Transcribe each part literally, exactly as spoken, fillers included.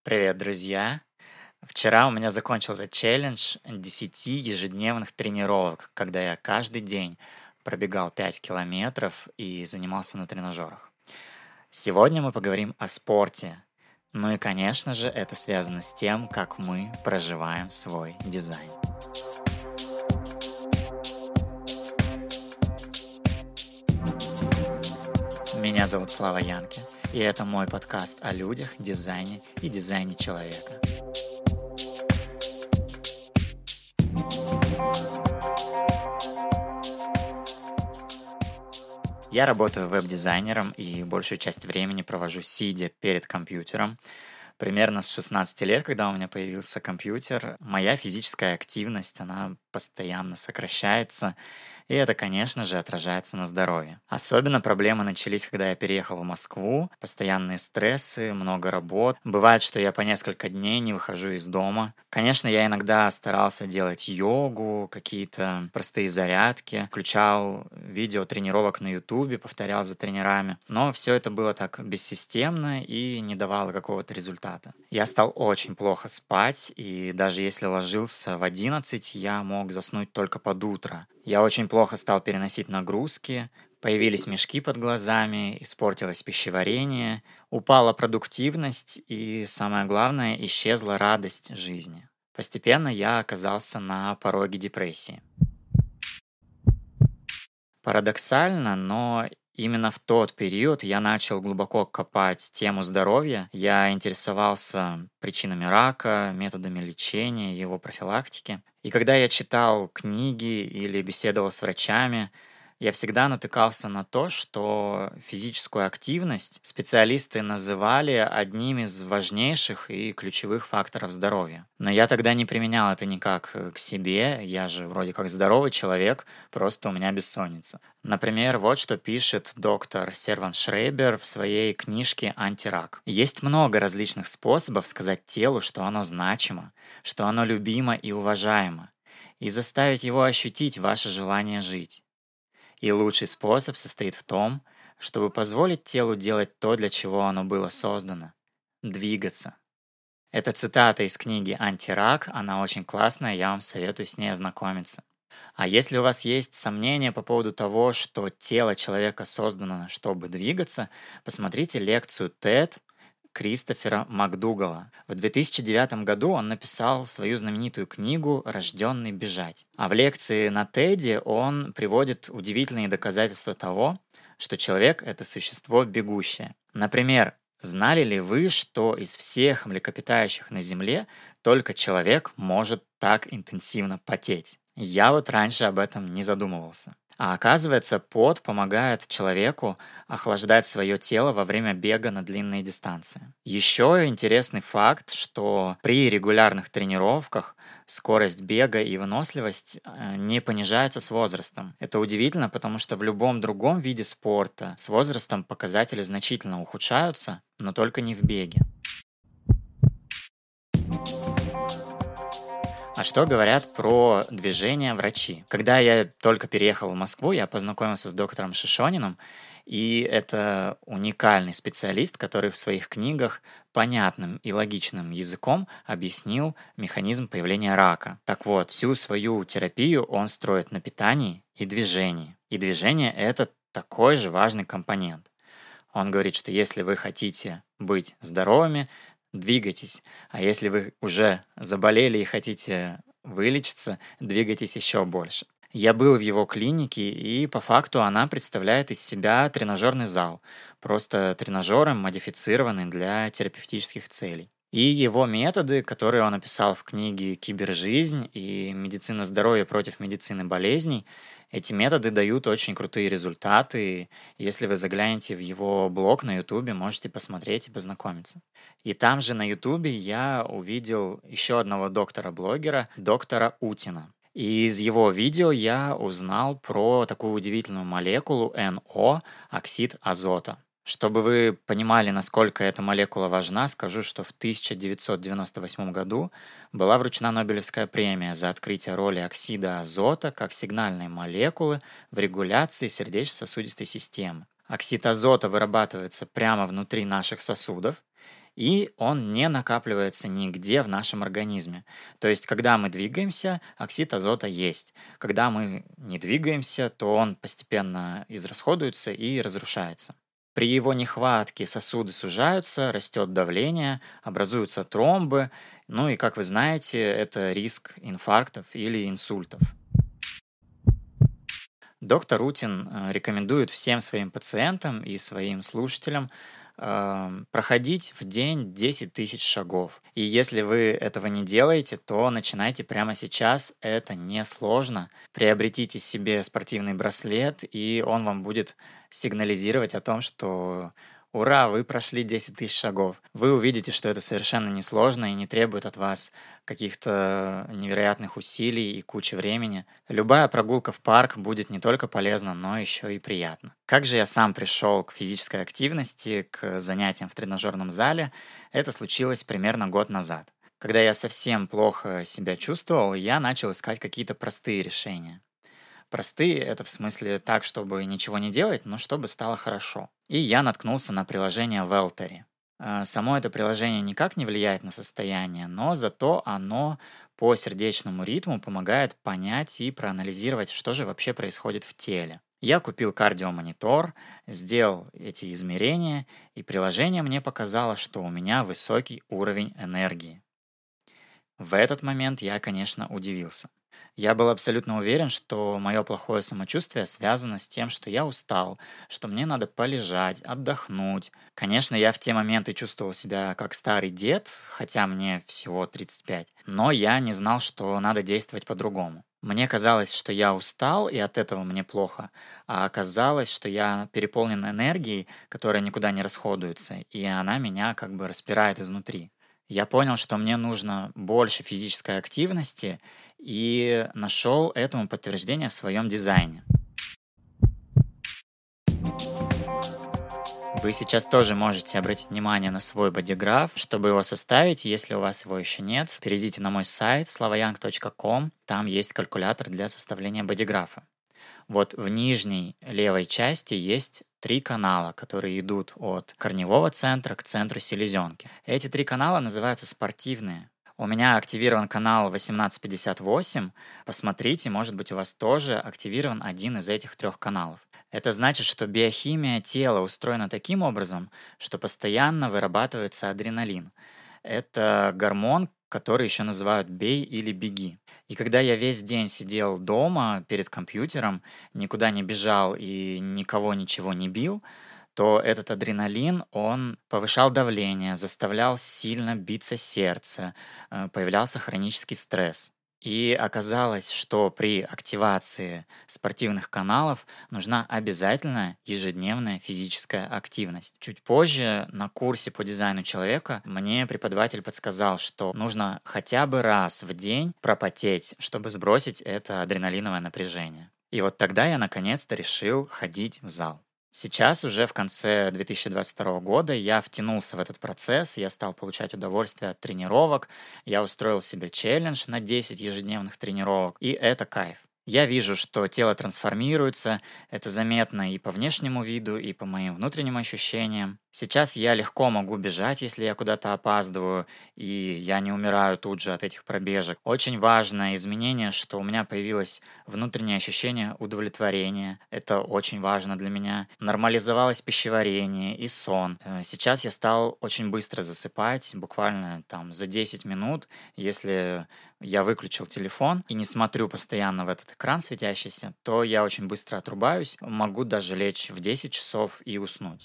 Привет, друзья! Вчера у меня закончился челлендж десяти ежедневных тренировок, когда я каждый день пробегал пять километров и занимался на тренажерах. Сегодня мы поговорим о спорте. Ну и, конечно же, это связано с тем, как мы проживаем свой дизайн. Меня зовут Слава Янки, и это мой подкаст о людях, дизайне и дизайне человека. Я работаю веб-дизайнером и большую часть времени провожу сидя перед компьютером. Примерно с шестнадцати лет, когда у меня появился компьютер, моя физическая активность, она постоянно сокращается, и это, конечно же, отражается на здоровье. Особенно проблемы начались, когда я переехал в Москву. Постоянные стрессы, много работ. Бывает, что я по несколько дней не выхожу из дома. Конечно, я иногда старался делать йогу, какие-то простые зарядки, включал видео тренировок на Ютубе, повторял за тренерами. Но все это было так бессистемно и не давало какого-то результата. Я стал очень плохо спать, и даже если ложился в одиннадцать, я мог заснуть только под утро. Я очень плохо стал переносить нагрузки, появились мешки под глазами, испортилось пищеварение, упала продуктивность и, самое главное, исчезла радость жизни. Постепенно я оказался на пороге депрессии. Парадоксально, но именно в тот период я начал глубоко копать тему здоровья. Я интересовался причинами рака, методами лечения, его профилактики. И когда я читал книги или беседовал с врачами, я всегда натыкался на то, что физическую активность специалисты называли одним из важнейших и ключевых факторов здоровья. Но я тогда не применял это никак э, к себе, я же вроде как здоровый человек, просто у меня бессонница. Например, вот что пишет доктор Серван Шрейбер в своей книжке «Антирак». Есть много различных способов сказать телу, что оно значимо, что оно любимо и уважаемо, и заставить его ощутить ваше желание жить. И лучший способ состоит в том, чтобы позволить телу делать то, для чего оно было создано — двигаться. Это цитата из книги «Антирак», она очень классная, я вам советую с ней ознакомиться. А если у вас есть сомнения по поводу того, что тело человека создано, чтобы двигаться, посмотрите лекцию тед Кристофера МакДугала. В две тысячи девятом году он написал свою знаменитую книгу «Рожденный бежать». А в лекции на Теде он приводит удивительные доказательства того, что человек — это существо бегущее. Например, знали ли вы, что из всех млекопитающих на Земле только человек может так интенсивно потеть? Я вот раньше об этом не задумывался. А оказывается, пот помогает человеку охлаждать свое тело во время бега на длинные дистанции. Еще интересный факт, что при регулярных тренировках скорость бега и выносливость э, не понижается с возрастом. Это удивительно, потому что в любом другом виде спорта с возрастом показатели значительно ухудшаются, но только не в беге. А что говорят про движение врачи? Когда я только переехал в Москву, я познакомился с доктором Шишониным, и это уникальный специалист, который в своих книгах понятным и логичным языком объяснил механизм появления рака. Так вот, всю свою терапию он строит на питании и движении. И движение — это такой же важный компонент. Он говорит, что если вы хотите быть здоровыми, двигайтесь. А если вы уже заболели и хотите вылечиться, двигайтесь еще больше. Я был в его клинике, и по факту она представляет из себя тренажерный зал. Просто тренажеры, модифицированный для терапевтических целей. И его методы, которые он описал в книге «Кибержизнь» и «Медицина здоровья против медицины болезней», эти методы дают очень крутые результаты. Если вы заглянете в его блог на Ютубе, можете посмотреть и познакомиться. И там же на Ютубе я увидел еще одного доктора-блогера, доктора Утина. И из его видео я узнал про такую удивительную молекулу эн о, оксид азота. Чтобы вы понимали, насколько эта молекула важна, скажу, что в тысяча девятьсот девяносто восьмом году была вручена Нобелевская премия за открытие роли оксида азота как сигнальной молекулы в регуляции сердечно-сосудистой системы. Оксид азота вырабатывается прямо внутри наших сосудов, и он не накапливается нигде в нашем организме. То есть, когда мы двигаемся, оксид азота есть. Когда мы не двигаемся, то он постепенно израсходуется и разрушается. При его нехватке сосуды сужаются, растет давление, образуются тромбы, ну и, как вы знаете, это риск инфарктов или инсультов. Доктор Рутин э, рекомендует всем своим пациентам и своим слушателям ам, проходить в день десять тысяч шагов. И если вы этого не делаете, то начинайте прямо сейчас. Это несложно. Приобретите себе спортивный браслет, и он вам будет сигнализировать о том, что ура, вы прошли десять тысяч шагов. Вы увидите, что это совершенно несложно и не требует от вас каких-то невероятных усилий и кучи времени. Любая прогулка в парк будет не только полезна, но еще и приятна. Как же я сам пришел к физической активности, к занятиям в тренажерном зале, это случилось примерно год назад. Когда я совсем плохо себя чувствовал, я начал искать какие-то простые решения. Простые — это в смысле так, чтобы ничего не делать, но чтобы стало хорошо. И я наткнулся на приложение Велтери. А, Само это приложение никак не влияет на состояние, но зато оно по сердечному ритму помогает понять и проанализировать, что же вообще происходит в теле. Я купил кардиомонитор, сделал эти измерения, и приложение мне показало, что у меня высокий уровень энергии. В этот момент я, конечно, удивился. Я был абсолютно уверен, что мое плохое самочувствие связано с тем, что я устал, что мне надо полежать, отдохнуть. Конечно, я в те моменты чувствовал себя как старый дед, хотя мне всего тридцать пять, но я не знал, что надо действовать по-другому. Мне казалось, что я устал, и от этого мне плохо, а оказалось, что я переполнен энергией, которая никуда не расходуется, и она меня как бы распирает изнутри. Я понял, что мне нужно больше физической активности, и нашел этому подтверждение в своем дизайне. Вы сейчас тоже можете обратить внимание на свой бодиграф. Чтобы его составить, если у вас его еще нет, перейдите на мой сайт slavoyank точка com. Там есть калькулятор для составления бодиграфа. Вот в нижней левой части есть три канала, которые идут от корневого центра к центру селезенки. Эти три канала называются спортивные. У меня активирован канал восемнадцать пятьдесят восемь. Посмотрите, может быть, у вас тоже активирован один из этих трех каналов. Это значит, что биохимия тела устроена таким образом, что постоянно вырабатывается адреналин. Это гормон, который еще называют «бей или беги». И когда я весь день сидел дома перед компьютером, никуда не бежал и никого ничего не бил, то этот адреналин, он повышал давление, заставлял сильно биться сердце, э, появлялся хронический стресс. И оказалось, что при активации спортивных каналов нужна обязательно ежедневная физическая активность. Чуть позже на курсе по дизайну человека мне преподаватель подсказал, что нужно хотя бы раз в день пропотеть, чтобы сбросить это адреналиновое напряжение. И вот тогда я наконец-то решил ходить в зал. Сейчас уже в конце две тысячи двадцать второго года я втянулся в этот процесс, я стал получать удовольствие от тренировок, я устроил себе челлендж на десять ежедневных тренировок, и это кайф. Я вижу, что тело трансформируется, это заметно и по внешнему виду, и по моим внутренним ощущениям. Сейчас я легко могу бежать, если я куда-то опаздываю, и я не умираю тут же от этих пробежек. Очень важное изменение, что у меня появилось внутреннее ощущение удовлетворения. Это очень важно для меня. Нормализовалось пищеварение и сон. Э, Сейчас я стал очень быстро засыпать, буквально там за десять минут, если я выключил телефон и не смотрю постоянно в этот экран светящийся, то я очень быстро отрубаюсь, могу даже лечь в десять часов и уснуть.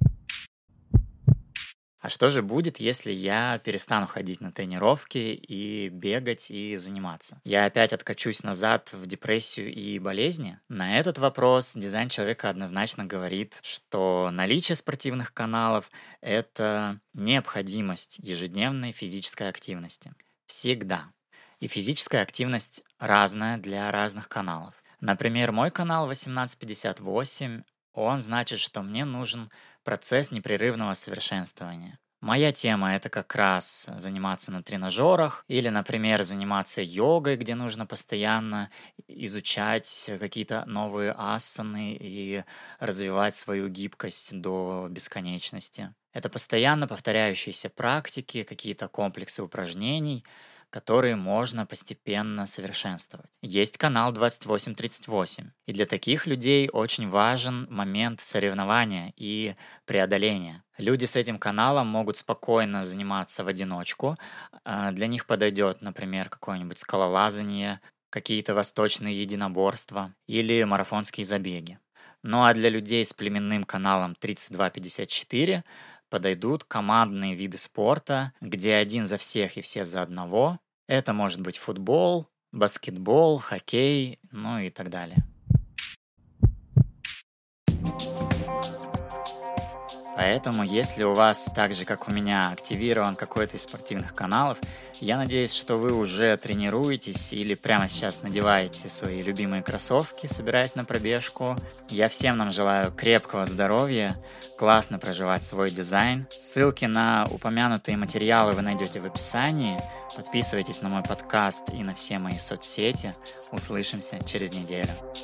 А что же будет, если я перестану ходить на тренировки и бегать и заниматься? Я опять откачусь назад в депрессию и болезни? На этот вопрос дизайн человека однозначно говорит, что наличие спортивных каналов — это необходимость ежедневной физической активности. Всегда. И физическая активность разная для разных каналов. Например, мой канал восемнадцать пятьдесят восемь, он значит, что мне нужен процесс непрерывного совершенствования. Моя тема — это как раз заниматься на тренажерах или, например, заниматься йогой, где нужно постоянно изучать какие-то новые асаны и развивать свою гибкость до бесконечности. Это постоянно повторяющиеся практики, какие-то комплексы упражнений, которые можно постепенно совершенствовать. Есть канал двадцать восемь тридцать восемь, и для таких людей очень важен момент соревнования и преодоления. Люди с этим каналом могут спокойно заниматься в одиночку. А, Для них подойдет, например, какое-нибудь скалолазание, какие-то восточные единоборства или марафонские забеги. Ну а для людей с племенным каналом тридцать два пятьдесят четыре подойдут командные виды спорта, где один за всех и все за одного. Это может быть футбол, баскетбол, хоккей, ну и так далее. Поэтому, если у вас, так же как у меня, активирован какой-то из спортивных каналов, я надеюсь, что вы уже тренируетесь или прямо сейчас надеваете свои любимые кроссовки, собираясь на пробежку. Я всем нам желаю крепкого здоровья, классно проживать свой дизайн. Ссылки на упомянутые материалы вы найдете в описании. Подписывайтесь на мой подкаст и на все мои соцсети. Услышимся через неделю.